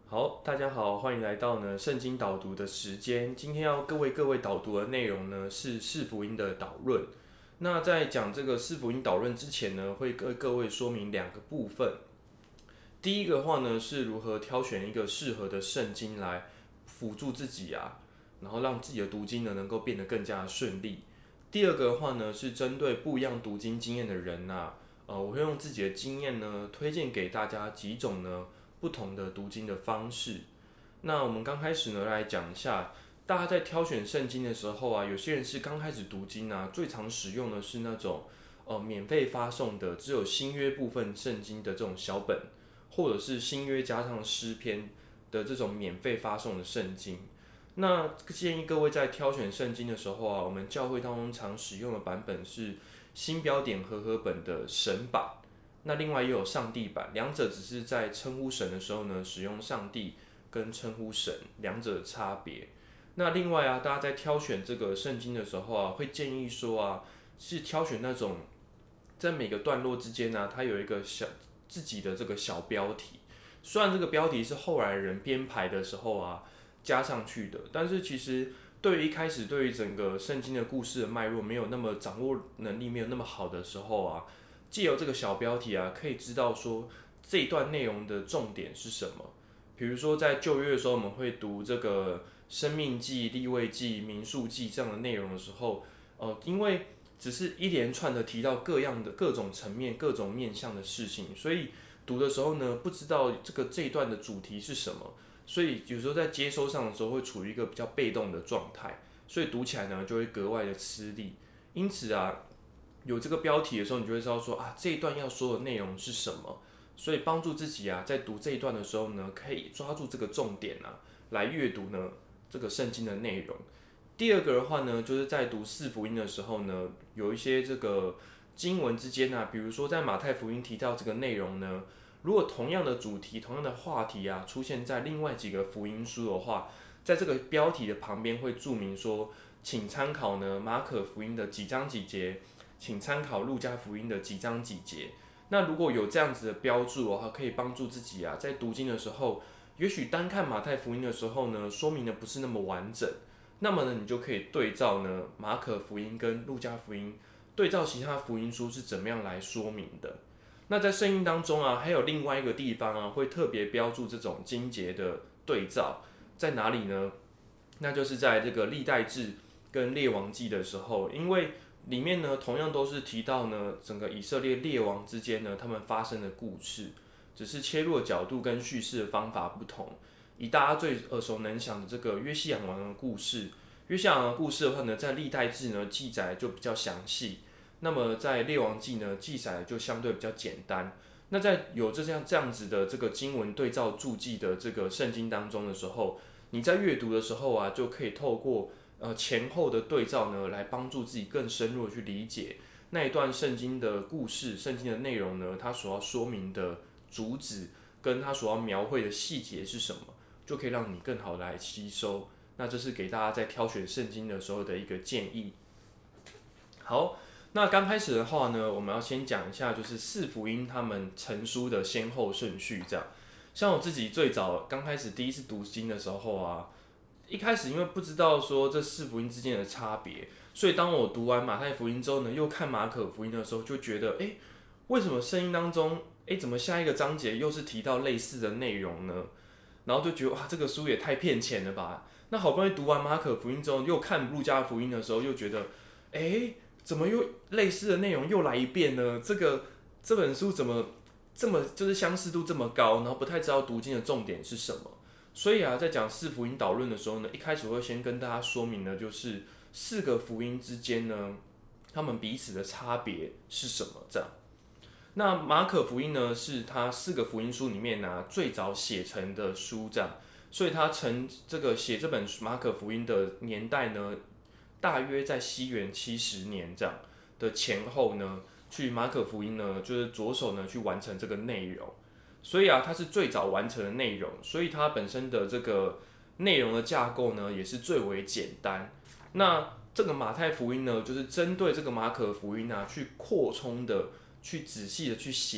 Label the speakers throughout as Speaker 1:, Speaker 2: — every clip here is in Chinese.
Speaker 1: 好，大家好，欢迎来到圣经导读的时间。今天要各位导读的内容呢是四福音的导论。那在讲这个四福音导论之前呢，会跟各位说明两个部分。第一个话呢是如何挑选一个适合的圣经来辅助自己然后让自己的读经呢能够变得更加顺利。第二个的话呢是针对不一样读经经验的人我会用自己的经验呢推荐给大家几种呢不同的读经的方式。那我们刚开始呢来讲一下，大家在挑选圣经的时候有些人是刚开始读经最常使用的是那种免费发送的只有新约部分圣经的这种小本，或者是新约加上诗篇的这种免费发送的圣经。那建议各位在挑选圣经的时候我们教会当中常使用的版本是新标点和合本的神版。那另外也有上帝版，两者只是在称呼神的时候呢，使用上帝跟称呼神两者的差别。那另外大家在挑选这个圣经的时候会建议说是挑选那种在每个段落之间它有一个自己的这个小标题。虽然这个标题是后来人编排的时候加上去的，但是其实对于一开始对于整个圣经的故事的脉络没有那么掌握能力没有那么好的时候藉由这个小标题可以知道说这一段内容的重点是什么。比如说在旧约的时候，我们会读这个生命记、利未记、民数记这样的内容的时候，因为只是一连串的提到各种层面、各种面向的事情，所以读的时候呢，不知道这一段的主题是什么，所以有时候在接收上的时候会处于一个比较被动的状态，所以读起来呢就会格外的吃力。因此有这个标题的时候，你就会知道说这一段要说的内容是什么，所以帮助自己在读这一段的时候呢，可以抓住这个重点来阅读呢这个圣经的内容。第二个的话呢，就是在读四福音的时候呢，有一些这个经文之间比如说在马太福音提到这个内容呢，如果同样的主题、同样的话题出现在另外几个福音书的话，在这个标题的旁边会注明说，请参考呢马可福音的几章几节，请参考路加福音的几章几节。那如果有这样子的标注的话，可以帮助自己在读经的时候，也许单看马太福音的时候呢，说明的不是那么完整，那么呢，你就可以对照呢马可福音跟路加福音，对照其他福音书是怎么样来说明的。那在圣经当中还有另外一个地方会特别标注这种经节的对照，在哪里呢？那就是在这个历代志跟列王记的时候，因为里面呢同样都是提到呢整个以色列列王之间呢他们发生的故事，只是切入的角度跟叙事的方法不同。以大家最耳熟能详的这个约西亚王的故事，约西亚王的故事的话呢，在历代志呢记载就比较详细，那么在列王记呢记载就相对比较简单。那在有这样子的这个经文对照注记的这个圣经当中的时候，你在阅读的时候就可以透过前后的对照呢，来帮助自己更深入的去理解那一段圣经的故事、圣经的内容呢，它所要说明的主旨跟它所要描绘的细节是什么，就可以让你更好的来吸收。那这是给大家在挑选圣经的时候的一个建议。好，那刚开始的话呢，我们要先讲一下就是四福音他们成书的先后顺序这样。像我自己最早刚开始第一次读经的时候一开始因为不知道说这四福音之间的差别，所以当我读完马太福音之后呢，又看马可福音的时候，就觉得为什么圣经当中怎么下一个章节又是提到类似的内容呢？然后就觉得这个书也太骗钱了吧。那好不容易读完马可福音之后，又看路加福音的时候，又觉得怎么又类似的内容又来一遍呢？这本书怎么这么就是相似度这么高，然后不太知道读经的重点是什么。所以在讲四福音导论的时候呢，一开始我会先跟大家说明的就是四个福音之间呢，他们彼此的差别是什么这样。那马可福音呢，是他四个福音书里面最早写成的书这样，所以他写这本马可福音的年代呢，大约在西元70年这样的前后呢，去马可福音呢，就是着手呢去完成这个内容。所以它是最早完成的内容，所以它本身的这个内容的架构呢，也是最为简单。那这个马太福音呢，就是针对这个马可福音去扩充的、去仔细的去写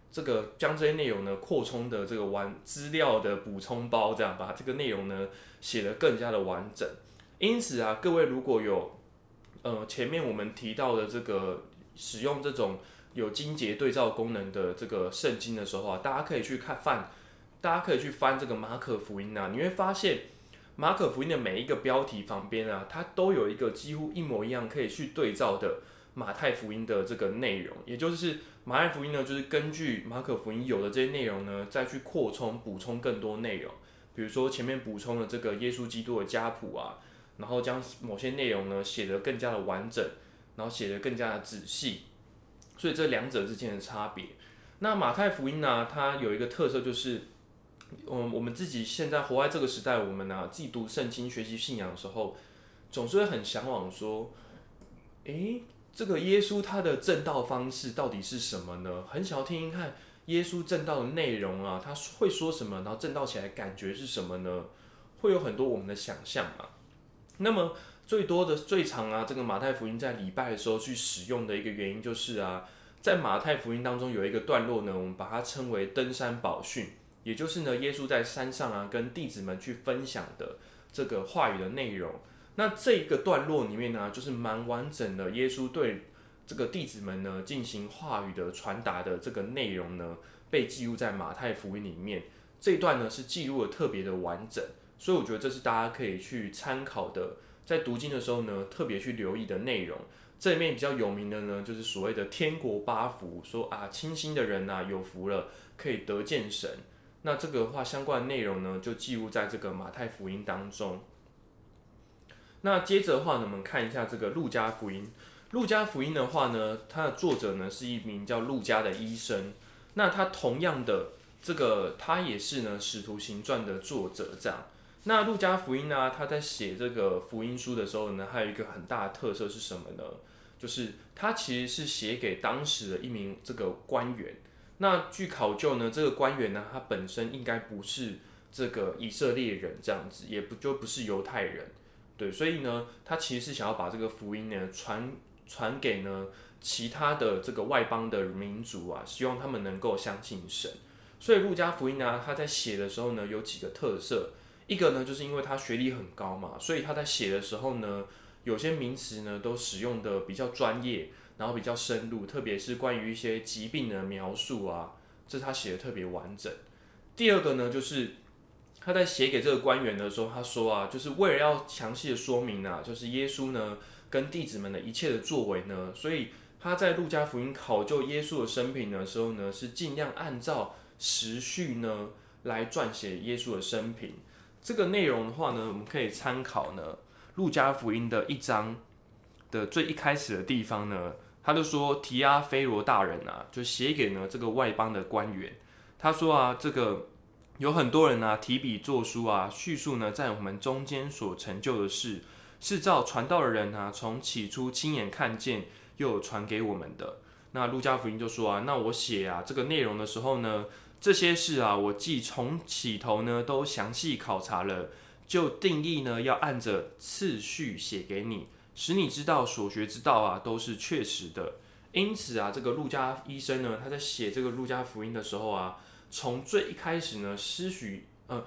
Speaker 1: 这个将这些内容呢扩充的这个资料的补充包，这样把这个内容呢写得更加的完整。因此啊，各位如果有前面我们提到的这个使用这种有经节对照功能的这个圣经的时候啊，大家可以去翻这个马可福音啊，你会发现马可福音的每一个标题旁边啊，它都有一个几乎一模一样可以去对照的马太福音的这个内容，也就是马太福音呢，就是根据马可福音有的这些内容呢，再去扩充补充更多内容，比如说前面补充了这个耶稣基督的家谱啊，然后将某些内容呢写得更加的完整，然后写得更加的仔细，所以这两者之间的差别。那马太福音呢，它有一个特色就是，我们自己现在活在这个时代，我们呢自己读圣经、学习信仰的时候，总是会很向往说，这个耶稣他的正道方式到底是什么呢？很想要听听看耶稣正道的内容啊，他会说什么，然后正道起来感觉是什么呢？会有很多我们的想象嘛。那么最常啊，这个马太福音在礼拜的时候去使用的一个原因就是啊，在马太福音当中有一个段落呢，我们把它称为登山宝训，也就是呢，耶稣在山上啊跟弟子们去分享的这个话语的内容。那这一个段落里面呢，就是蛮完整的，耶稣对这个弟子们呢进行话语的传达的这个内容呢，被记录在马太福音里面。这一段呢是记录的特别的完整，所以我觉得这是大家可以去参考的，在读经的时候呢，特别去留意的内容。这里面比较有名的呢，就是所谓的天国八福，说啊，清心的人啊有福了，可以得见神。那这个话相关的内容呢，就记录在这个马太福音当中。那接着的话呢，我们看一下这个路加福音。路加福音的话呢，它的作者呢是一名叫路加的医生。那他同样的他也是呢使徒行传的作者这样。那路加福音呢，他在写这个福音书的时候呢，还有一个很大的特色是什么呢？就是他其实是写给当时的一名这个官员。那据考究呢，这个官员呢，他本身应该不是这个以色列人这样子，也不是犹太人。对，所以呢，他其实是想要把这个福音呢传给呢其他的这个外邦的民族啊，希望他们能够相信神。所以路加福音呢，他在写的时候呢，有几个特色。一个呢，就是因为他学历很高嘛，所以他在写的时候呢，有些名词呢都使用的比较专业，然后比较深入，特别是关于一些疾病的描述啊，这他写的特别完整。第二个呢，就是他在写给这个官员的时候，他说啊，就是为了要详细的说明啊，就是耶稣呢跟弟子们的一切的作为呢，所以他在路加福音考究耶稣的生平的时候呢，是尽量按照时序呢来撰写耶稣的生平。这个内容的话呢，我们可以参考呢路加福音的1章的最一开始的地方呢，他就说提阿非罗大人啊，就写给呢这个外邦的官员，他说啊，这个有很多人啊提笔作书啊，叙述呢在我们中间所成就的事，是照传道的人啊从起初亲眼看见，又有传给我们的。那路加福音就说啊，那我写啊这个内容的时候呢，这些事啊，我既从起头呢都详细考察了，就定义呢要按着次序写给你，使你知道所学之道啊都是确实的。因此啊，这个路加医生呢，他在写这个路加福音的时候啊，从最一开始呢，施许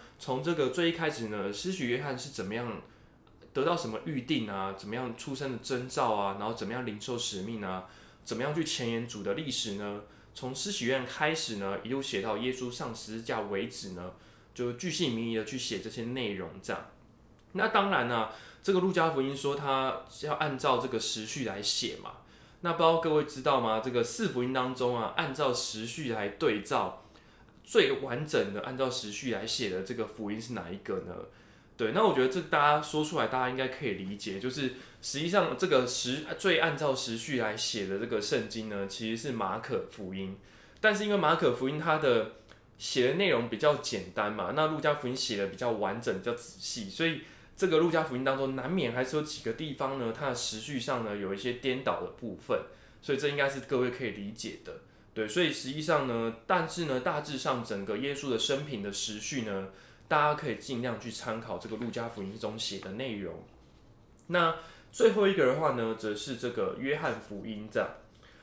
Speaker 1: 约翰是怎么样得到什么预定啊，怎么样出生的征兆啊，然后怎么样领受使命啊，怎么样去前言主的历史呢？从施洗约翰开始呢，一路写到耶稣上十字架为止呢，就巨细靡遗的去写这些内容这样。那当然呢、这个路加福音说他要按照这个时序来写嘛。那不知道各位知道吗？这个4福音当中啊，按照时序来对照，最完整的按照时序来写的这个福音是哪一个呢？对，那我觉得这大家说出来，大家应该可以理解，就是实际上这个最按照时序来写的这个圣经呢，其实是马可福音。但是因为马可福音它的写的内容比较简单嘛，那路加福音写的比较完整、比较仔细，所以这个路加福音当中难免还是有几个地方呢，它的时序上呢有一些颠倒的部分，所以这应该是各位可以理解的。对，所以实际上呢，但是呢，大致上整个耶稣的生平的时序呢，大家可以尽量去参考这个路加福音中写的内容。那最后一个的话呢，则是这个约翰福音这样。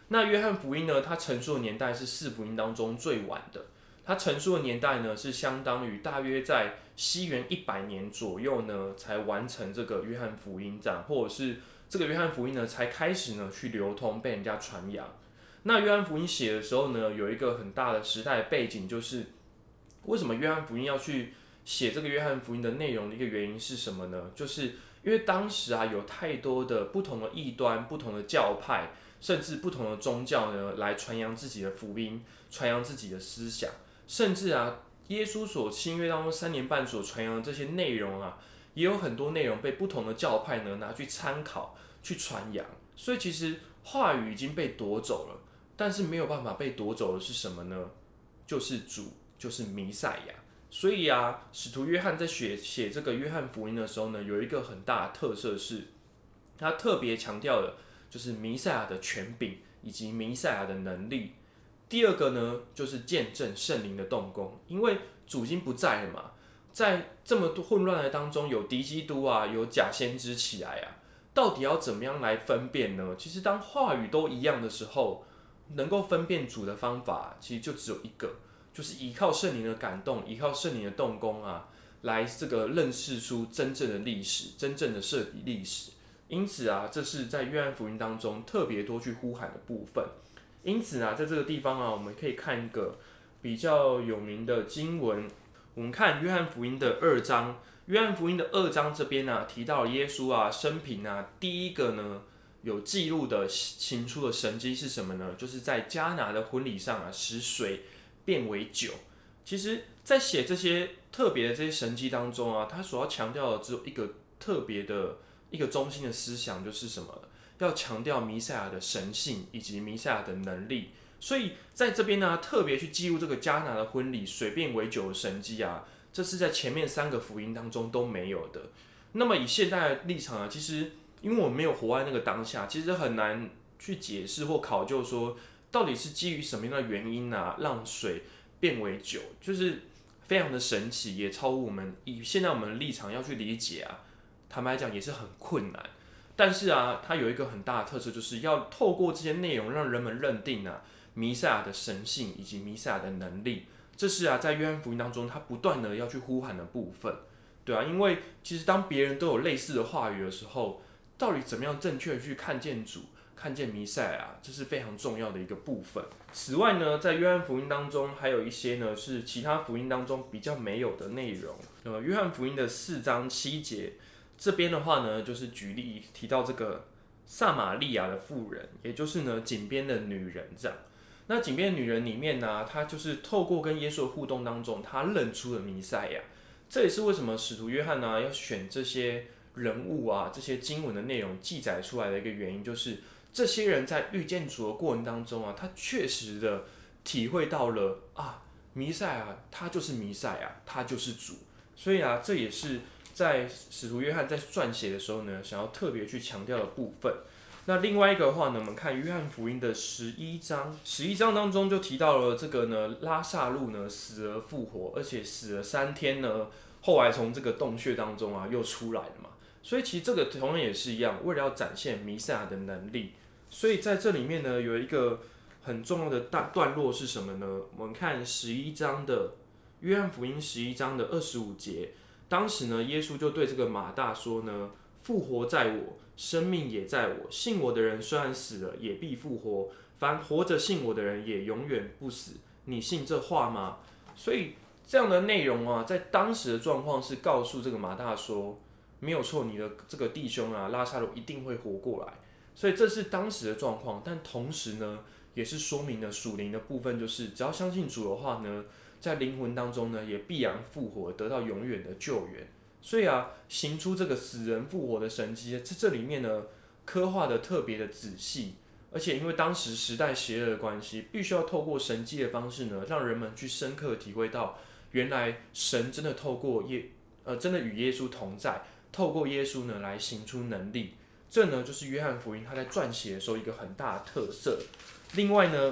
Speaker 1: 那约翰福音呢，它成书的年代是四福音当中最晚的。它成书的年代呢，是相当于大约在西元100年左右呢，才完成这个约翰福音这样，或者是这个约翰福音呢，才开始呢去流通，被人家传扬。那约翰福音写的时候呢，有一个很大的时代背景，就是为什么约翰福音要去写这个约翰福音的内容的一个原因是什么呢？就是因为当时啊，有太多的不同的异端、不同的教派，甚至不同的宗教呢，来传扬自己的福音，传扬自己的思想。甚至啊，耶稣所新约当中3年半所传扬的这些内容啊，也有很多内容被不同的教派呢拿去参考、去传扬。所以其实话语已经被夺走了，但是没有办法被夺走的是什么呢？就是主，就是弥赛亚。所以啊，使徒约翰在写这个约翰福音的时候呢，有一个很大的特色是，他特别强调的就是弥赛亚的权柄以及弥赛亚的能力。第二个呢，就是见证圣灵的动工，因为主已经不在了嘛，在这么多混乱的当中，有敌基督啊，有假先知起来啊，到底要怎么样来分辨呢？其实当话语都一样的时候，能够分辨主的方法，其实就只有一个，就是依靠圣灵的感动，依靠圣灵的动工啊，来这个认识出真正的历史，真正的设计历史。因此啊，这是在约翰福音当中特别多去呼喊的部分。因此啊，在这个地方啊，我们可以看一个比较有名的经文。我们看约翰福音的2章，约翰福音的2章这边啊，提到耶稣啊生平啊，第一个呢有记录的行出的神迹是什么呢？就是在迦拿的婚礼上啊，使水变为酒。其实，在写这些特别的这些神迹当中啊，他所要强调的只有一个特别的一个中心的思想，就是什么？要强调弥赛亚的神性以及弥赛亚的能力，所以在这边呢，特别去记录这个迦拿的婚礼水变为酒的神迹啊，这是在前面3个福音当中都没有的。那么以现代的立场啊，其实因为我们没有活在那个当下，其实很难去解释或考究说，到底是基于什么样的原因啊，让水变为酒，就是非常的神奇，也超乎我们以现在我们的立场要去理解啊，坦白讲也是很困难。但是啊，它有一个很大的特色，就是要透过这些内容，让人们认定啊，弥赛亚的神性以及弥赛亚的能力。这是啊，在约翰福音当中，他不断的要去呼喊的部分，对啊，因为其实当别人都有类似的话语的时候，到底怎么样正确的去看见主、看见弥赛亚，这是非常重要的一个部分。此外呢，在约翰福音当中，还有一些呢是其他福音当中比较没有的内容。约翰福音的4章7节。这边的话呢，就是举例提到这个撒玛利亚的妇人，也就是呢井边的女人这样。那井边的女人里面呢，她就是透过跟耶稣的互动当中，她认出了弥赛亚。这也是为什么使徒约翰呢要选这些人物啊、这些经文的内容记载出来的一个原因，就是这些人在遇见主的过程当中啊，他确实的体会到了啊，弥赛亚他就是弥赛亚，他就是主。所以啊，这也是在使徒约翰在撰写的时候呢，想要特别去强调的部分。那另外一个的话呢，我们看约翰福音的11章当中就提到了这个呢，拉撒路呢死而复活，而且死了3天呢，后来从这个洞穴当中啊又出来了嘛。所以其实这个同样也是一样，为了要展现弥赛亚的能力，所以在这里面呢有一个很重要的段落是什么呢？我们看约翰福音11章的25节。当时呢，耶稣就对这个马大说呢：“复活在我，生命也在我。信我的人虽然死了，也必复活；凡活着信我的人，也永远不死。你信这话吗？”所以这样的内容啊，在当时的状况是告诉这个马大说：“没有错，你的这个弟兄啊，拉撒路一定会活过来。”所以这是当时的状况，但同时呢，也是说明了属灵的部分，就是只要相信主的话呢，在灵魂当中呢，也必然复活，得到永远的救援。所以啊，行出这个死人复活的神迹，在这里面呢，刻画的特别的仔细，而且因为当时时代邪恶的关系，必须要透过神迹的方式呢，让人们去深刻体会到，原来神真的真的与耶稣同在，透过耶稣呢来行出能力。这呢，就是约翰福音他在撰写的时候一个很大的特色。另外呢，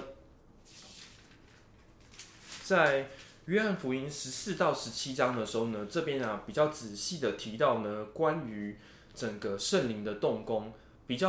Speaker 1: 在约翰福音14到17章的时候呢，这边啊比较仔细的提到呢，关于整个圣灵的动工，比较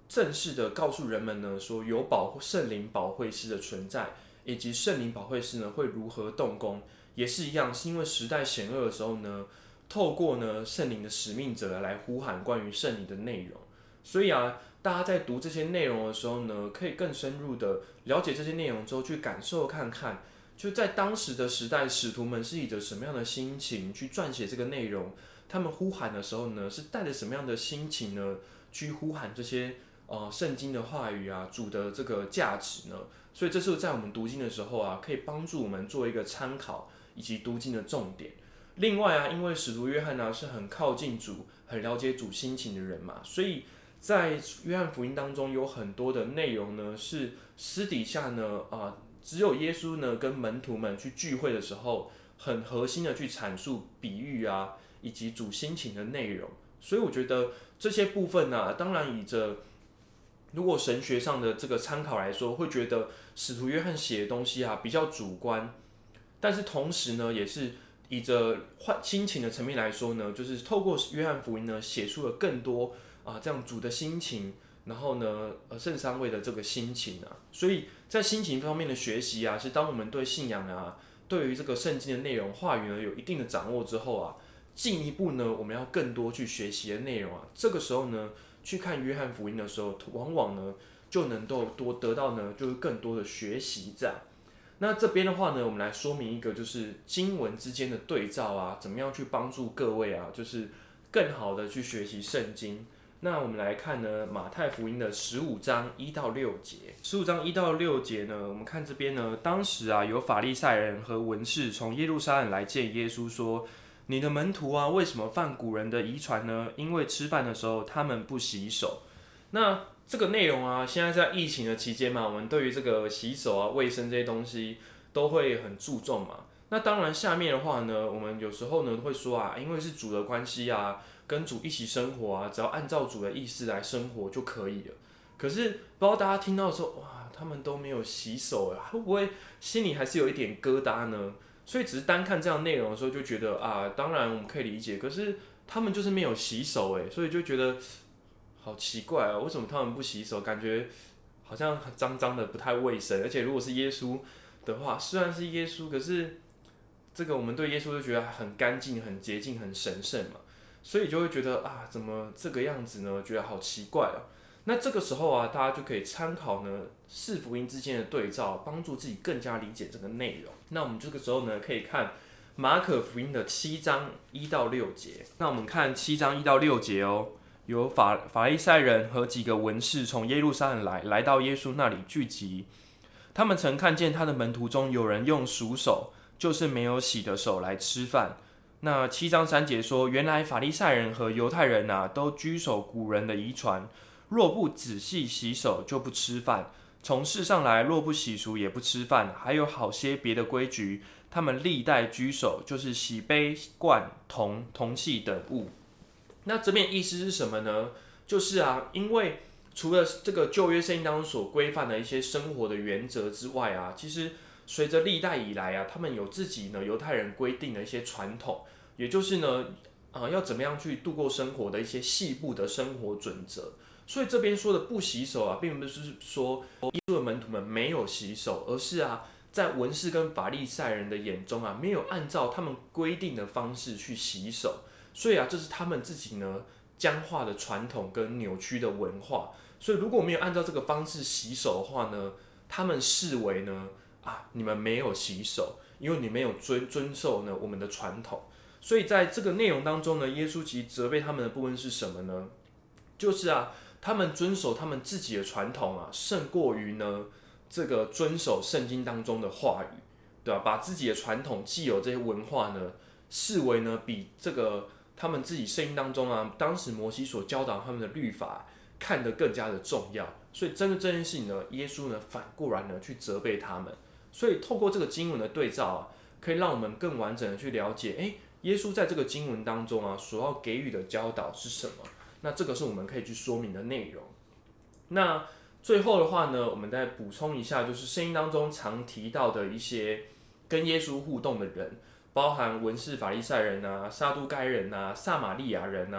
Speaker 1: 正式的告诉人们呢，说有圣灵保惠师的存在，以及圣灵保惠师呢会如何动工，也是一样，是因为时代险恶的时候呢，透过呢圣灵的使命者来呼喊关于圣灵的内容。所以啊，大家在读这些内容的时候呢，可以更深入的了解这些内容之后，去感受看看，就在当时的时代，使徒们是以着什么样的心情去撰写这个内容，他们呼喊的时候呢，是带着什么样的心情呢，去呼喊这些圣经的话语啊，主的这个价值呢？所以这是在我们读经的时候啊，可以帮助我们做一个参考以及读经的重点。另外啊，因为使徒约翰呢是很靠近主、很了解主心情的人嘛，所以在约翰福音当中有很多的内容呢是私底下呢只有耶稣呢跟门徒们去聚会的时候，很核心的去阐述比喻啊，以及主心情的内容。所以我觉得这些部分呢，当然以着如果神学上的这个参考来说，会觉得使徒约翰写的东西啊比较主观，但是同时呢，也是以着心情的层面来说呢，就是透过约翰福音呢，写出了更多这样主的心情，然后呢圣三位的这个心情啊，所以在心情方面的学习啊，是当我们对信仰啊，对于这个圣经的内容话语呢有一定的掌握之后啊，进一步呢我们要更多去学习的内容啊，这个时候呢去看约翰福音的时候，往往呢就能够得到呢就是更多的学习这样。那这边的话呢，我们来说明一个就是经文之间的对照啊，怎么样去帮助各位啊，就是更好的去学习圣经。那我们来看呢，马太福音的15章1到6节。15章1到6节呢，我们看这边呢，当时啊，有法利赛人和文士从耶路撒冷来见耶稣说：“你的门徒啊，为什么犯古人的遗传呢？因为吃饭的时候他们不洗手。”那这个内容啊，现在在疫情的期间嘛，我们对于这个洗手啊、卫生这些东西都会很注重嘛。那当然，下面的话呢，我们有时候呢会说啊，因为是主的关系啊，跟主一起生活啊，只要按照主的意思来生活就可以了。可是不知道大家听到的时候，哇，他们都没有洗手啊，会不会心里还是有一点疙瘩呢？所以只是单看这样内容的时候，就觉得啊，当然我们可以理解，可是他们就是没有洗手所以就觉得好奇怪为什么他们不洗手？感觉好像脏脏的，不太卫生。而且如果是耶稣的话，虽然是耶稣，可是这个我们对耶稣就觉得很干净、很洁净、很神圣嘛，所以就会觉得啊，怎么这个样子呢？觉得好奇怪那这个时候啊，大家就可以参考呢四福音之间的对照，帮助自己更加理解这个内容。那我们这个时候呢，可以看马可福音的7章1到6节。那我们看7章1到6节有法利赛人和几个文士从耶路撒冷来到耶稣那里聚集。他们曾看见他的门徒中有人用熟手，就是没有洗的手来吃饭。那7章3节说，原来法利赛人和犹太人都居守古人的遗传，若不仔细洗手就不吃饭，从世上来若不洗漱也不吃饭，还有好些别的规矩，他们历代居守，就是洗杯、罐、铜器等物。那这边意思是什么呢？就是因为除了这个旧约圣经当中所规范的一些生活的原则之外其实随着历代以来他们有自己呢犹太人规定的一些传统，也就是呢要怎么样去度过生活的一些细部的生活准则。所以这边说的不洗手并不是说耶稣的门徒们没有洗手，而是在文士跟法利赛人的眼中没有按照他们规定的方式去洗手。所以这是他们自己呢僵化的传统跟扭曲的文化。所以如果没有按照这个方式洗手的话呢，他们视为呢你们没有洗手，因为你没有遵守呢我们的传统。所以在这个内容当中呢，耶稣其实责备他们的部分是什么呢？就是他们遵守他们自己的传统胜过于呢这个遵守圣经当中的话语，对吧？把自己的传统既有这些文化呢视为呢比这个他们自己圣经当中当时摩西所教导他们的律法看得更加的重要。所以针对这件事情呢，耶稣呢反过来呢去责备他们。所以透过这个经文的对照可以让我们更完整的去了解耶稣在这个经文当中所要给予的教导是什么。那这个是我们可以去说明的内容。那最后的话呢，我们再补充一下，就是圣经当中常提到的一些跟耶稣互动的人，包含文士、法利赛人撒都该人撒玛利亚人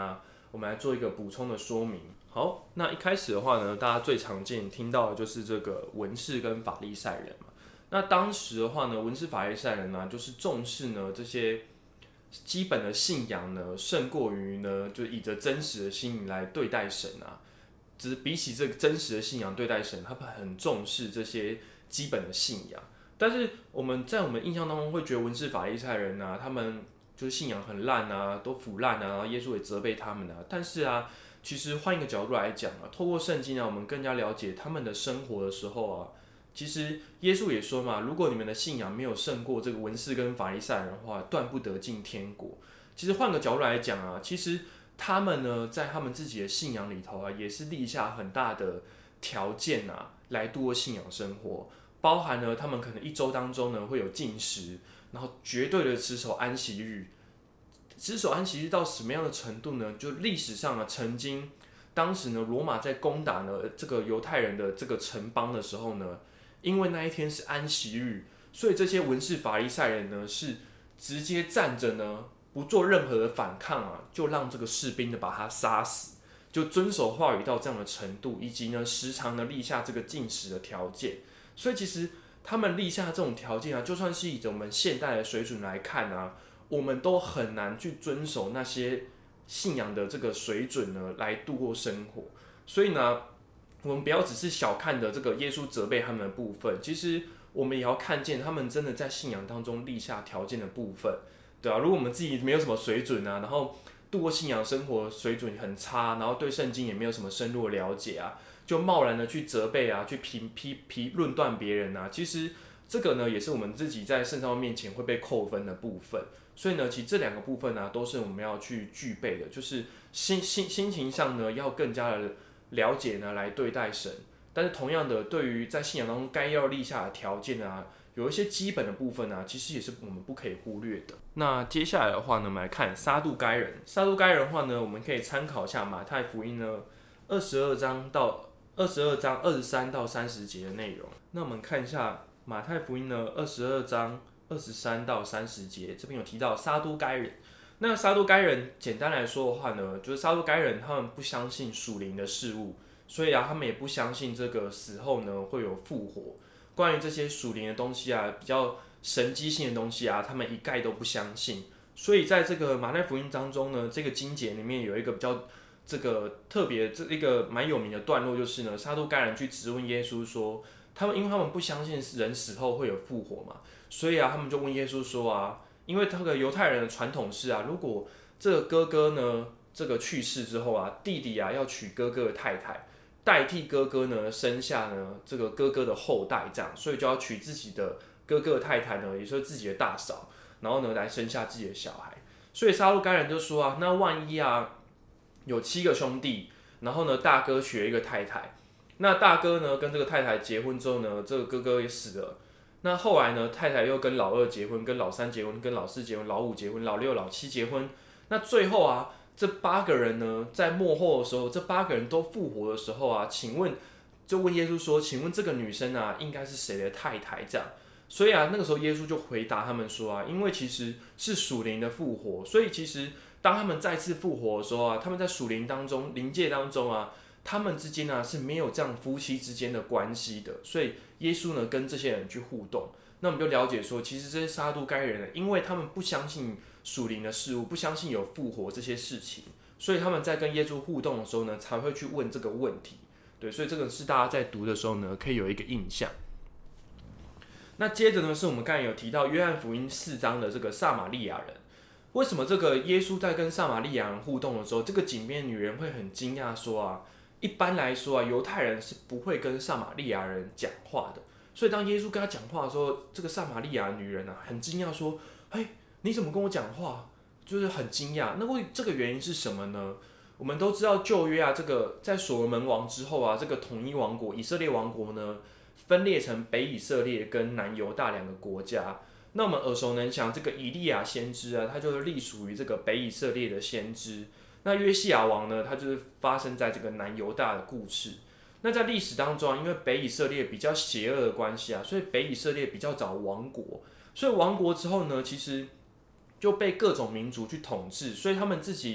Speaker 1: 我们来做一个补充的说明。好，那一开始的话呢，大家最常见听到的就是这个文士跟法利赛人嘛。那当时的话呢，文士法利赛人呢，就是重视呢这些基本的信仰呢，胜过于呢，就以着真实的心来对待神啊。只是比起这个真实的信仰对待神，他们很重视这些基本的信仰。但是我们印象当中会觉得文士法利赛人啊，他们就是信仰很烂啊，都腐烂啊，然后耶稣也责备他们啊。但是啊，其实换一个角度来讲啊，透过圣经啊，我们更加了解他们的生活的时候啊，其实耶稣也说嘛，如果你们的信仰没有胜过这个文士跟法利赛人的话，断不得进天国。其实换个角度来讲啊，其实他们呢，在他们自己的信仰里头啊，也是立下很大的条件啊，来度过信仰生活，包含了他们可能一周当中呢会有禁食，然后绝对的持守安息日。持守安息日到什么样的程度呢？就历史上啊，曾经当时呢，罗马在攻打呢这个犹太人的这个城邦的时候呢，因为那一天是安息日，所以这些文士法利赛人呢是直接站着呢，不做任何的反抗啊，就让这个士兵呢把他杀死，就遵守话语到这样的程度，以及呢时常呢立下这个禁食的条件。所以其实他们立下这种条件啊，就算是以我们现代的水准来看啊，我们都很难去遵守那些信仰的这个水准呢，来度过生活。所以呢，我们不要只是小看的这个耶稣责备他们的部分，其实我们也要看见他们真的在信仰当中立下条件的部分，对啊，如果我们自己没有什么水准啊，然后度过信仰生活水准很差，然后对圣经也没有什么深入的了解啊，就贸然的去责备啊，去论断别人啊，其实这个呢，也是我们自己在圣上面前会被扣分的部分。所以呢，其实这两个部分呢，都是我们要去具备的，就是心情上呢，要更加的了解呢，来对待神。但是同样的，对于在信仰当中该要立下的条件啊，有一些基本的部分啊，其实也是我们不可以忽略的。那接下来的话呢，我们来看撒杜该人。撒杜该人的话呢，我们可以参考一下马太福音呢22章23到30节的内容。那我们看一下马太福音呢22章23到30节，这边有提到撒都该人。那撒都该人简单来说的话呢，就是撒都该人他们不相信属灵的事物，所以啊，他们也不相信这个死后呢会有复活。关于这些属灵的东西啊，比较神迹性的东西啊，他们一概都不相信。所以在这个马太福音当中呢，这个经节里面有一个比较这个特别这一个蛮有名的段落，就是呢，撒都该人去质问耶稣说，因为他们不相信人死后会有复活嘛，所以啊，他们就问耶稣说啊，因为这个犹太人的传统是啊，如果这个哥哥呢这个去世之后啊，弟弟啊要娶哥哥的太太，代替哥哥呢生下呢这个哥哥的后代，这样，所以就要娶自己的哥哥的太太呢，也就是自己的大嫂，然后呢来生下自己的小孩。所以撒都该人就说啊，那万一啊有7个兄弟，然后呢大哥娶了一个太太，那大哥呢跟这个太太结婚之后呢，这个哥哥也死了。那后来呢，太太又跟老2结婚，跟老3结婚，跟老4结婚，老5结婚，老6、老7结婚。那最后啊，这8个人呢，在末后的时候，这8个人都复活的时候啊，请问就问耶稣说，请问这个女生啊，应该是谁的太太？这样，所以啊，那个时候耶稣就回答他们说啊，因为其实是属灵的复活，所以其实当他们再次复活的时候啊，他们在属灵当中、灵界当中啊，他们之间啊是没有这样夫妻之间的关系的，所以耶稣呢跟这些人去互动，那我们就了解说，其实这些撒都该人呢，因为他们不相信属灵的事物，不相信有复活这些事情，所以他们在跟耶稣互动的时候呢，才会去问这个问题。对，所以这个是大家在读的时候呢，可以有一个印象。那接着呢，是我们刚才有提到约翰福音4章的这个撒玛利亚人。为什么这个耶稣在跟撒玛利亚人互动的时候，这个井边女人会很惊讶说啊，一般来说啊，犹太人是不会跟撒玛利亚人讲话的。所以当耶稣跟他讲话的时候，这个撒玛利亚女人啊，很惊讶说：“哎，你怎么跟我讲话？”就是很惊讶。那这个原因是什么呢？我们都知道旧约啊，这个在所罗门王之后啊，这个统一王国以色列王国呢，分裂成北以色列跟南犹大2个国家。那我们耳熟能详，这个以利亚先知啊，他就是隶属于这个北以色列的先知。那约西亚王呢，他就是发生在这个南犹大的故事。那在历史当中啊，因为北以色列比较邪恶的关系啊，所以北以色列比较早亡国。所以亡国之后呢，其实就被各种民族去统治，所以他们自己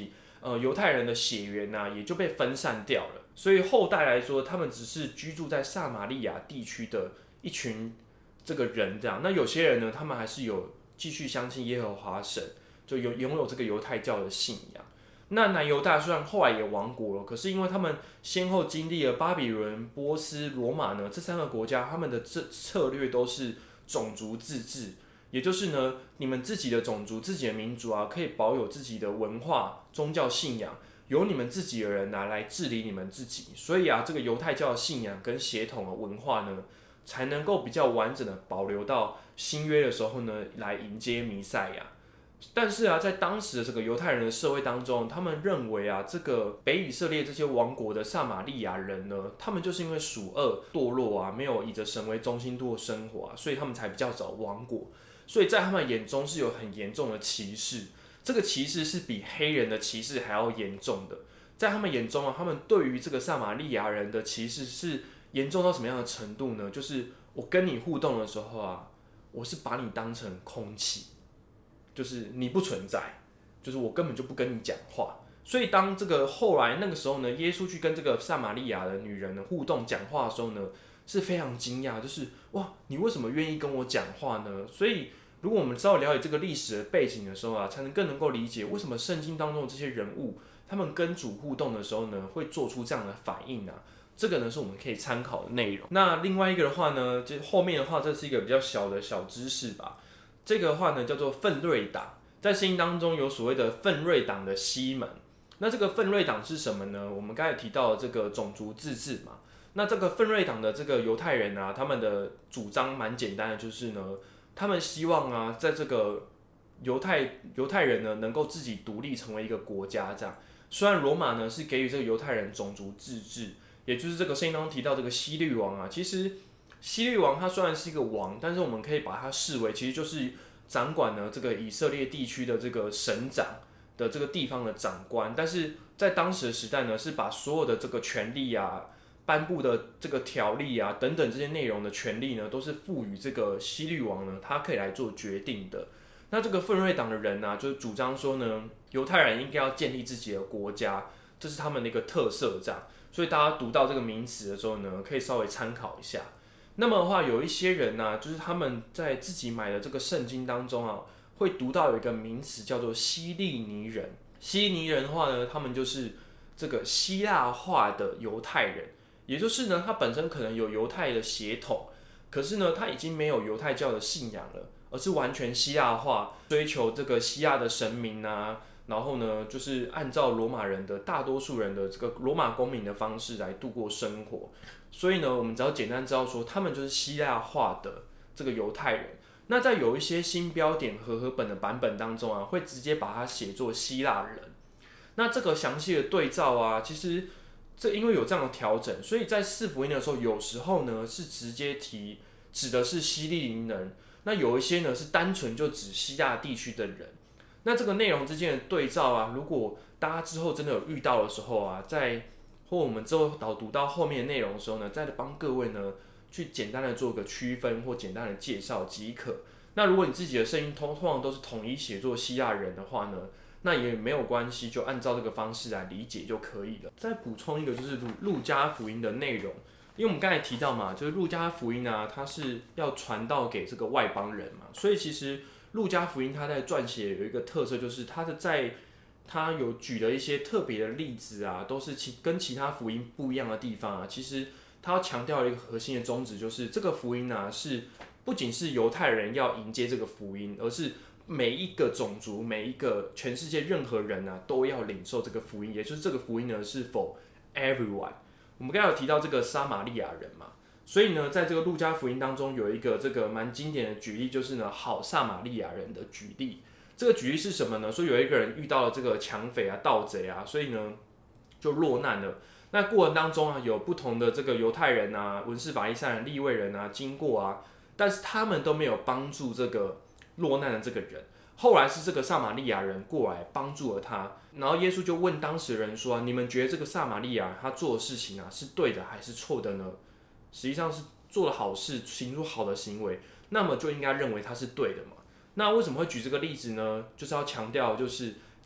Speaker 1: 犹太人的血缘啊也就被分散掉了。所以后代来说，他们只是居住在撒玛利亚地区的一群这个人这样。那有些人呢，他们还是有继续相信耶和华神，就拥有这个犹太教的信仰。那南犹大虽然后来也亡国了，可是因为他们先后经历了巴比伦、波斯、罗马呢这3个国家，他们的策略都是种族自治，也就是呢，你们自己的种族、自己的民族啊，可以保有自己的文化、宗教信仰，由你们自己的人来治理你们自己。所以啊，这个犹太教的信仰跟血统的文化呢，才能够比较完整的保留到新约的时候呢，来迎接弥赛亚。但是啊，在当时的这个犹太人的社会当中，他们认为啊，这个北以色列这些王国的撒玛利亚人呢，他们就是因为属恶堕落啊，没有以着神为中心度生活啊，所以他们才比较早亡国。所以在他们眼中是有很严重的歧视，这个歧视是比黑人的歧视还要严重的。在他们眼中啊，他们对于这个撒玛利亚人的歧视是严重到什么样的程度呢？就是我跟你互动的时候啊，我是把你当成空气。就是你不存在，就是我根本就不跟你讲话。所以当这个后来那个时候呢，耶稣去跟这个撒玛利亚的女人呢互动讲话的时候呢，是非常惊讶，就是哇，你为什么愿意跟我讲话呢？所以如果我们稍微了解这个历史的背景的时候啊，才能更能够理解为什么圣经当中的这些人物，他们跟主互动的时候呢，会做出这样的反应啊。这个呢是我们可以参考的内容。那另外一个的话呢，就后面的话，这是一个比较小的小知识吧。这个的话呢叫做奋锐党，在圣经当中有所谓的奋锐党的西门。那这个奋锐党是什么呢？我们刚才提到的这个种族自治嘛。那这个奋锐党的这个犹太人啊，他们的主张蛮简单的，就是呢，他们希望啊，在这个犹太人呢，能够自己独立成为一个国家这样。虽然罗马呢是给予这个犹太人种族自治，也就是这个圣经当中提到这个希律王啊，其实希律王他虽然是一个王，但是我们可以把他视为其实就是掌管呢这个以色列地区的这个省长的这个地方的长官。但是在当时的时代呢，是把所有的这个权利啊、颁布的这个条例啊等等这些内容的权利呢，都是赋予这个希律王呢，他可以来做决定的。那这个奋锐党的人呢，就是主张说呢，犹太人应该要建立自己的国家，这是他们的一个特色，这样。所以大家读到这个名词的时候呢，可以稍微参考一下。那么的话，有一些人呢，就是他们在自己买的这个圣经当中啊，会读到有一个名词叫做希利尼人。希利尼人的话呢，他们就是这个希腊化的犹太人，也就是呢，他本身可能有犹太的血统，可是呢，他已经没有犹太教的信仰了，而是完全希腊化，追求这个希腊的神明啊，然后呢，就是按照罗马人的大多数人的这个罗马公民的方式来度过生活。所以呢，我们只要简单知道说，他们就是希腊化的这个犹太人。那在有一些新标点和合本的版本当中啊，会直接把它写作希腊人。那这个详细的对照啊，其实这因为有这样的调整，所以在四福音的时候，有时候呢是直接指的是希利尼人，那有一些呢是单纯就指希腊地区的人。那这个内容之间的对照啊，如果大家之后真的有遇到的时候啊，或我们之后导读到后面的内容的时候呢，再帮各位呢去简单的做个区分或简单的介绍即可。那如果你自己的声音通常都是统一写作希腊人的话呢，那也没有关系，就按照这个方式来理解就可以了。再补充一个就是路加福音的内容，因为我们刚才提到嘛，就是路加福音啊，它是要传道给这个外邦人嘛，所以其实路加福音它在撰写有一个特色，就是他有举了一些特别的例子啊，都是跟其他福音不一样的地方啊。其实他要强调一个核心的宗旨，就是这个福音啊，是不仅是犹太人要迎接这个福音，而是每一个种族、每一个全世界任何人啊，都要领受这个福音。也就是这个福音呢，是 for everyone。我们刚才有提到这个撒玛利亚人嘛，所以呢，在这个路加福音当中有一个这个蛮经典的举例，就是呢，好撒玛利亚人的举例。这个举例是什么呢？说有一个人遇到了这个抢匪啊、盗贼啊，所以呢就落难了。那过程当中啊，有不同的这个犹太人啊、文士法利赛人、利未人啊经过啊，但是他们都没有帮助这个落难的这个人。后来是这个撒玛利亚人过来帮助了他，然后耶稣就问当时的人说、你们觉得这个撒玛利亚他做的事情啊是对的还是错的呢？实际上是做了好事，行出好的行为，那么就应该认为他是对的嘛。那为什么会举这个例子呢？就是要强调，就是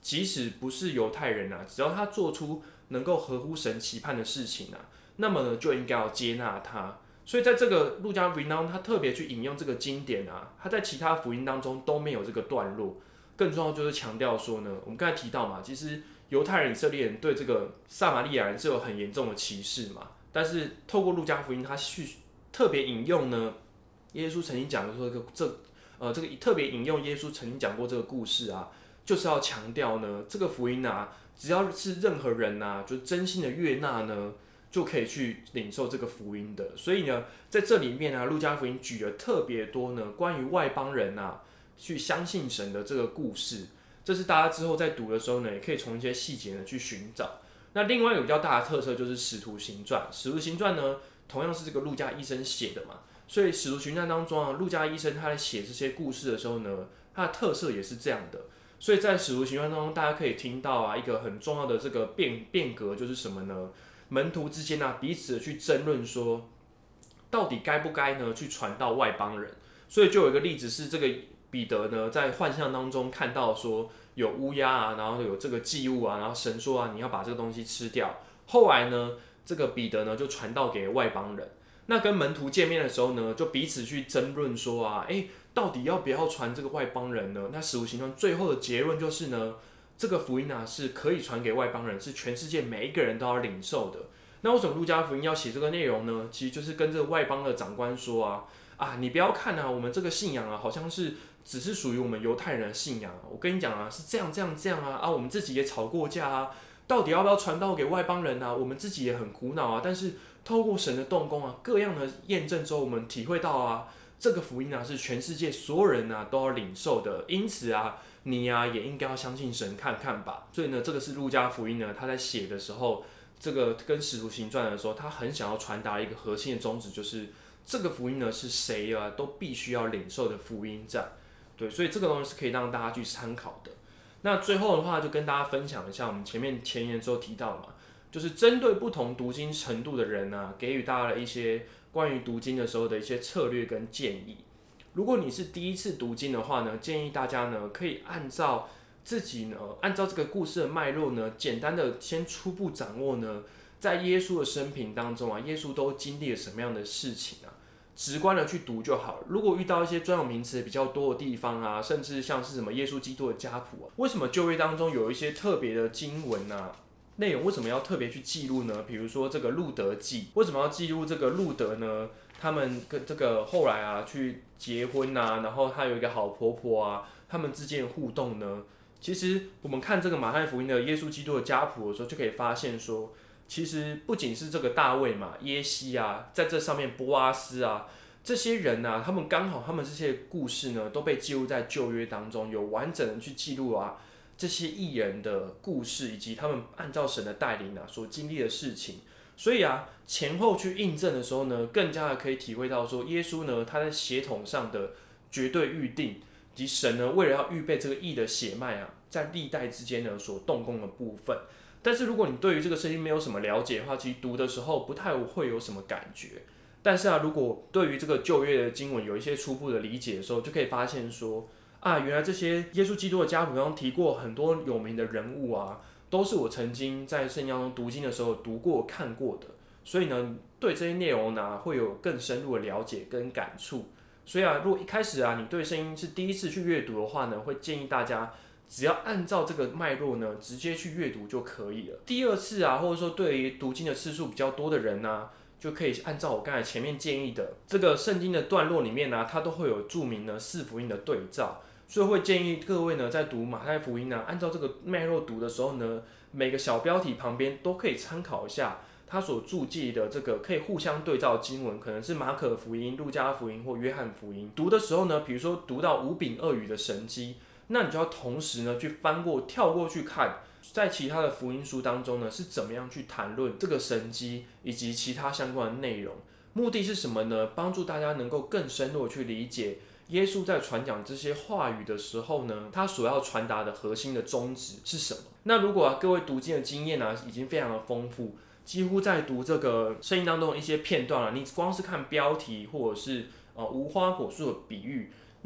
Speaker 1: 即使不是犹太人啊，只要他做出能够合乎神期盼的事情啊，那么呢就应该要接纳他。所以在这个路加福音当中，他特别去引用这个经典啊，他在其他福音当中都没有这个段落。更重要就是强调说呢，我们刚才提到嘛，其实犹太人、以色列人对这个撒玛利亚人是有很严重的歧视嘛，但是透过路加福音，他去特别引用呢，耶稣曾经讲过这个特别引用耶稣曾经讲过这个故事啊，就是要强调呢，这个福音啊，只要是任何人啊，就真心的悦纳呢，就可以去领受这个福音的。所以呢，在这里面啊，路加福音举了特别多呢关于外邦人啊去相信神的这个故事，这是大家之后在读的时候呢，也可以从一些细节呢去寻找。那另外一个比较大的特色就是《使徒行传》，《使徒行传》呢，同样是这个路加医生写的嘛，所以《使徒行传》当中啊，路加医生他在写这些故事的时候呢，他的特色也是这样的。所以在《使徒行传》当中，大家可以听到啊，一个很重要的这个变革就是什么呢？门徒之间啊，彼此的去争论说，到底该不该呢去传到外邦人？所以就有一个例子是这个彼得呢，在幻象当中看到说有乌鸦啊，然后有这个祭物啊，然后神说啊，你要把这个东西吃掉。后来呢，这个彼得呢就传道给外邦人。那跟门徒见面的时候呢，就彼此去争论说啊，到底要不要传这个外邦人呢？那使徒行传最后的结论就是呢，这个福音啊是可以传给外邦人，是全世界每一个人都要领受的。那为什么路加福音要写这个内容呢？其实就是跟这个外邦的长官说啊，你不要看啊，我们这个信仰啊，好像是只是属于我们犹太人的信仰。我跟你讲啊，是这样啊，我们自己也吵过架啊，到底要不要传道给外邦人啊？我们自己也很苦恼啊，但是透过神的动工啊，各样的验证之后，我们体会到啊，这个福音啊是全世界所有人啊都要领受的。因此啊，你啊也应该要相信神看看吧。所以呢，这个是路加福音呢，他在写的时候，这个跟使徒行传的时候，他很想要传达一个核心的宗旨，就是这个福音呢是谁啊都必须要领受的福音战。对，所以这个东西是可以让大家去参考的。那最后的话，就跟大家分享一下我们前言之后提到嘛，就是针对不同读经程度的人啊，给予大家的一些关于读经的时候的一些策略跟建议。如果你是第一次读经的话呢，建议大家呢可以按照自己呢，按照这个故事的脉络呢，简单的先初步掌握呢，在耶稣的生平当中啊，耶稣都经历了什么样的事情啊？直观的去读就好了。如果遇到一些专有名词比较多的地方啊，甚至像是什么耶稣基督的家谱啊，为什么旧约当中有一些特别的经文啊？内容为什么要特别去记录呢？比如说这个路德记，为什么要记录这个路德呢？他们跟这个后来啊去结婚啊，然后他有一个好婆婆啊，他们之间的互动呢？其实我们看这个马太福音的耶稣基督的家谱的时候，就可以发现说，其实不仅是这个大卫嘛、耶西啊，在这上面波阿斯啊，这些人啊，他们刚好他们这些故事呢，都被记录在旧约当中，有完整的去记录啊这些艺人的故事，以及他们按照神的带领啊所经历的事情。所以啊，前后去印证的时候呢，更加的可以体会到说，耶稣呢他在血统上的绝对预定。以及神呢，为了要预备这个义的血脉啊，在历代之间呢所动工的部分。但是如果你对于这个圣经没有什么了解的话，其实读的时候不太会有什么感觉。但是啊，如果对于这个旧约的经文有一些初步的理解的时候，就可以发现说啊，原来这些耶稣基督的家谱中提过很多有名的人物啊，都是我曾经在圣经当中读经的时候读过看过的。所以呢，对这些内容呢，会有更深入的了解跟感触。所以啊，如果一开始啊，你对圣经是第一次去阅读的话呢，会建议大家只要按照这个脉络呢，直接去阅读就可以了。第二次啊，或者说对于读经的次数比较多的人呢，就可以按照我刚才前面建议的这个圣经的段落里面呢，它都会有注明呢四福音的对照，所以会建议各位呢在读马太福音呢，按照这个脉络读的时候呢，每个小标题旁边都可以参考一下。他所注记的这个可以互相对照的经文，可能是马可福音、路加福音或约翰福音。读的时候呢，比如说读到五饼二鱼的神迹，那你就要同时呢去跳过去看，在其他的福音书当中呢是怎么样去谈论这个神迹以及其他相关的内容。目的是什么呢？帮助大家能够更深入的去理解耶稣在传讲这些话语的时候呢，他所要传达的核心的宗旨是什么？那如果各位读经的经验已经非常的丰富。几乎在读这个圣经当中的一些片段你光是看标题或者是无花果树的比喻，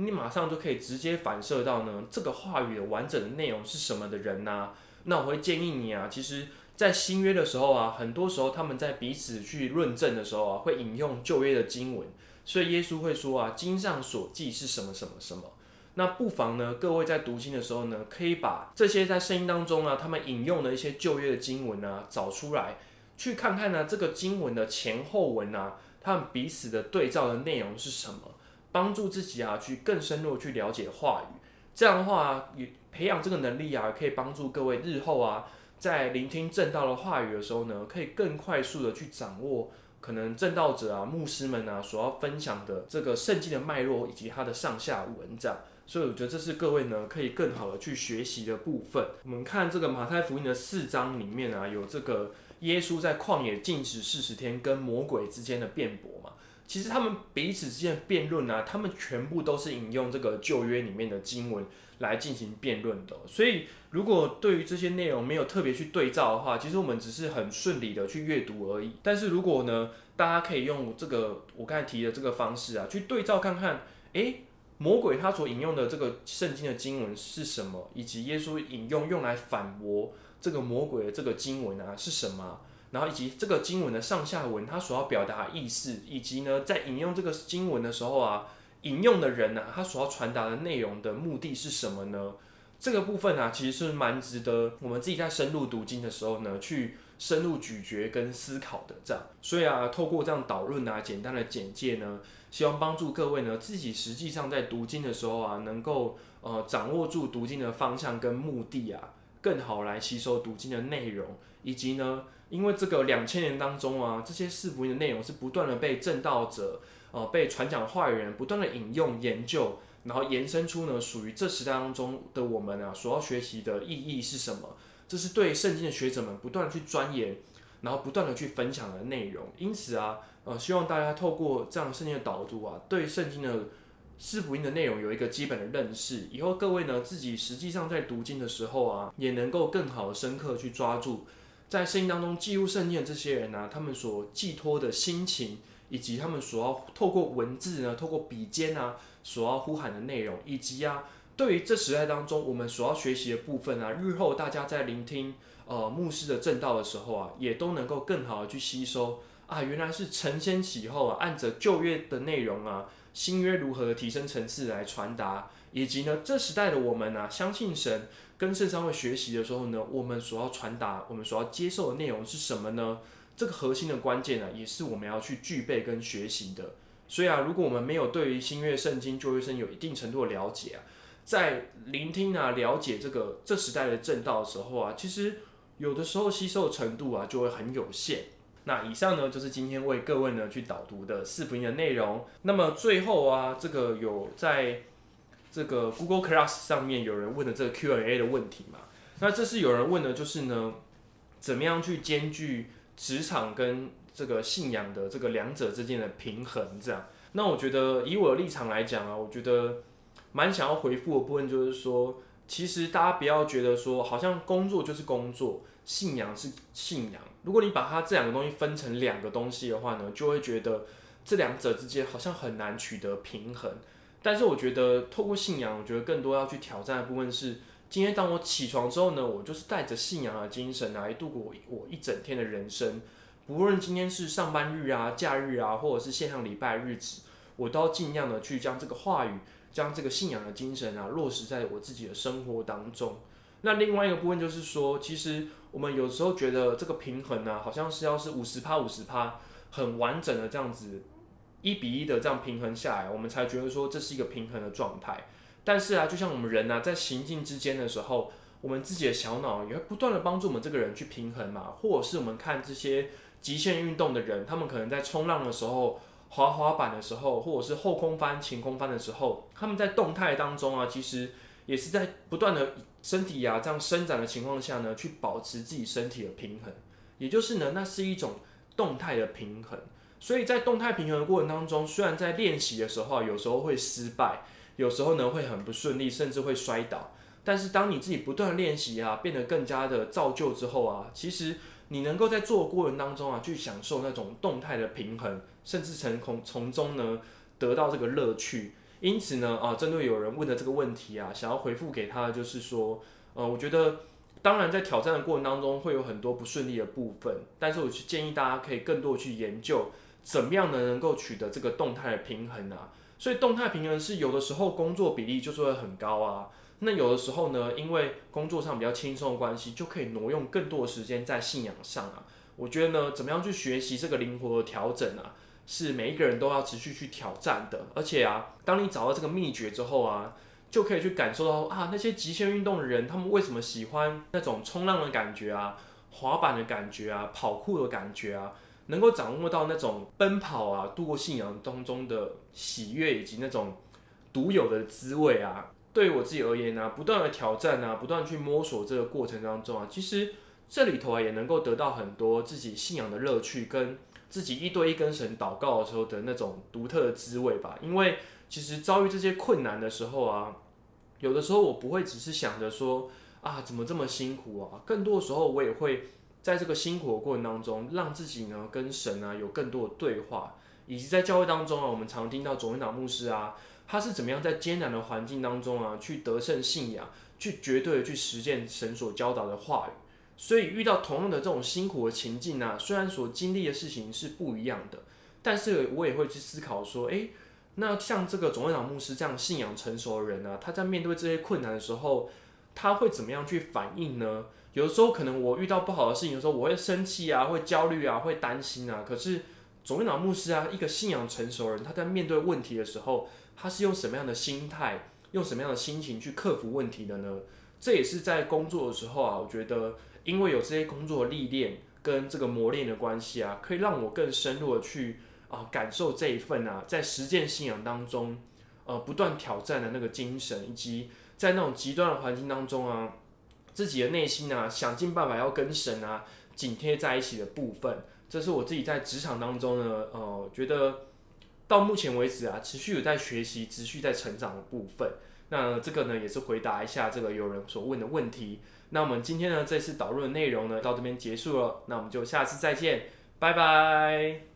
Speaker 1: 你马上就可以直接反射到呢这个话语的完整的内容是什么的人那我会建议你其实在新约的时候很多时候他们在彼此去论证的时候会引用旧约的经文，所以耶稣会说经上所记是什么什么什么。那不妨呢，各位在读经的时候呢，可以把这些在圣经当中他们引用的一些旧约的经文找出来，去看看这个经文的前后文他们彼此的对照的内容是什么，帮助自己去更深入去了解话语。这样的话培养这个能力可以帮助各位日后在聆听正道的话语的时候呢，可以更快速的去掌握可能正道者牧师们所要分享的这个圣经的脉络以及它的上下文这样。所以我觉得这是各位呢可以更好的去学习的部分。我们看这个马太福音的4章里面有这个耶稣在旷野禁食40天跟魔鬼之间的辩驳嘛。其实他们彼此之间的辩论他们全部都是引用这个旧约里面的经文来进行辩论的。所以如果对于这些内容没有特别去对照的话，其实我们只是很顺理的去阅读而已。但是如果呢，大家可以用这个我刚才提的这个方式去对照看看，魔鬼他所引用的这个圣经的经文是什么，以及耶稣引用来反驳这个魔鬼的这个经文是什么，然后以及这个经文的上下文他所要表达的意思，以及呢在引用这个经文的时候引用的人他所要传达的内容的目的是什么呢？这个部分其实是蛮值得我们自己在深入读经的时候呢去深入咀嚼跟思考的这样。所以透过这样导论简单的简介呢，希望帮助各位呢自己实际上在读经的时候能够掌握住读经的方向跟目的更好来吸收读经的内容，以及呢因为这个2000年当中这些四福音的内容是不断的被正道者被传讲话语人不断的引用研究，然后延伸出呢属于这时代当中的我们所要学习的意义是什么。这是对圣经的学者们不断的去钻研，然后不断的去分享的内容。因此希望大家透过这样圣经的导读对圣经的四福音的内容有一个基本的认识。以后各位呢自己实际上在读经的时候也能够更好的深刻去抓住在圣经当中记录圣经的这些人他们所寄托的心情，以及他们所要透过文字透过笔尖所要呼喊的内容，以及对于这时代当中我们所要学习的部分日后大家在聆听牧师的正道的时候也都能够更好的去吸收原来是承先启后按着旧约的内容新约如何的提升层次来传达，以及呢这时代的我们相信神跟圣商会学习的时候呢，我们所要传达我们所要接受的内容是什么呢？这个核心的关键也是我们要去具备跟学习的。所以如果我们没有对于新约圣经旧约圣经有一定程度的了解在聆听了解这时代的正道的时候其实有的时候吸收的程度就会很有限。那以上呢就是今天为各位呢去导读的四福音的内容。那么最后这个有在这个 Google Class 上面有人问的这个 Q&A 的问题嘛？那这是有人问的就是呢，怎么样去兼具职场跟这个信仰的这个两者之间的平衡这样。那我觉得以我的立场来讲我觉得蛮想要回复的部分就是说，其实大家不要觉得说好像工作就是工作，信仰是信仰。如果你把它这两个东西分成两个东西的话呢，就会觉得这两者之间好像很难取得平衡。但是我觉得透过信仰，我觉得更多要去挑战的部分是，今天当我起床之后呢，我就是带着信仰的精神来度过我一整天的人生。不论今天是上班日假日或者是线上礼拜日子，我都要尽量的去将这个话语将这个信仰的精神落实在我自己的生活当中。那另外一个部分就是说，其实我们有时候觉得这个平衡好像是要是50%很完整的这样子1:1的这样平衡下来，我们才觉得说这是一个平衡的状态。但是就像我们人在行进之间的时候，我们自己的小脑也会不断的帮助我们这个人去平衡嘛。或者是我们看这些极限运动的人，他们可能在冲浪的时候、滑板的时候，或者是后空翻、前空翻的时候，他们在动态当中其实也是在不断的身体这样伸展的情况下呢，去保持自己身体的平衡。也就是呢，那是一种动态的平衡。所以在动态平衡的过程当中，虽然在练习的时候有时候会失败，有时候呢会很不顺利，甚至会摔倒。但是当你自己不断的练习变得更加的造就之后其实你能够在做的过程当中去享受那种动态的平衡，甚至从中呢得到这个乐趣。 因此呢，针对有人问的这个问题啊，想要回复给他的就是说，我觉得当然在挑战的过程当中会有很多不顺利的部分，但是我建议大家可以更多的去研究，怎么样能够取得这个动态的平衡啊。所以动态平衡是有的时候工作比例就是会很高啊，那有的时候呢，因为工作上比较轻松的关系，就可以挪用更多的时间在信仰上啊。我觉得呢，怎么样去学习这个灵活的调整啊，是每一个人都要持续去挑战的。而且啊，当你找到这个秘诀之后啊，就可以去感受到啊，那些极限运动的人，他们为什么喜欢那种冲浪的感觉啊、滑板的感觉啊、跑酷的感觉啊，能够掌握到那种奔跑啊、度过信仰当中的喜悦以及那种独有的滋味啊。对于我自己而言呢，不断的挑战啊，不断去摸索这个过程当中啊，其实这里头啊也能够得到很多自己信仰的乐趣，跟自己一对一跟神祷告的时候的那种独特的滋味吧。因为其实遭遇这些困难的时候啊，有的时候我不会只是想着说啊怎么这么辛苦啊，更多的时候我也会在这个辛苦的过程当中，让自己呢跟神啊有更多的对话，以及在教会当中啊，我们常听到总会长牧师啊。他是怎么样在艰难的环境当中啊，去得胜信仰，去绝对的去实践神所教导的话语。所以遇到同样的这种辛苦的情境啊，虽然所经历的事情是不一样的，但是我也会去思考说，那像这个总会长牧师这样信仰成熟的人啊，他在面对这些困难的时候，他会怎么样去反应呢？有的时候可能我遇到不好的事情的时候，我会生气啊，会焦虑啊，会担心啊。可是总会长牧师啊，一个信仰成熟的人，他在面对问题的时候，他是用什么样的心态，用什么样的心情去克服问题的呢？这也是在工作的时候啊，我觉得因为有这些工作的历练跟这个磨练的关系啊，可以让我更深入的去感受这一份啊，在实践信仰当中不断挑战的那个精神，以及在那种极端的环境当中啊，自己的内心啊，想尽办法要跟神啊紧贴在一起的部分。这是我自己在职场当中呢，觉得到目前为止啊，持续有在学习、持续在成长的部分。那这个呢，也是回答一下这个有人所问的问题。那我们今天呢，这次导论的内容呢，到这边结束了。那我们就下次再见，拜拜。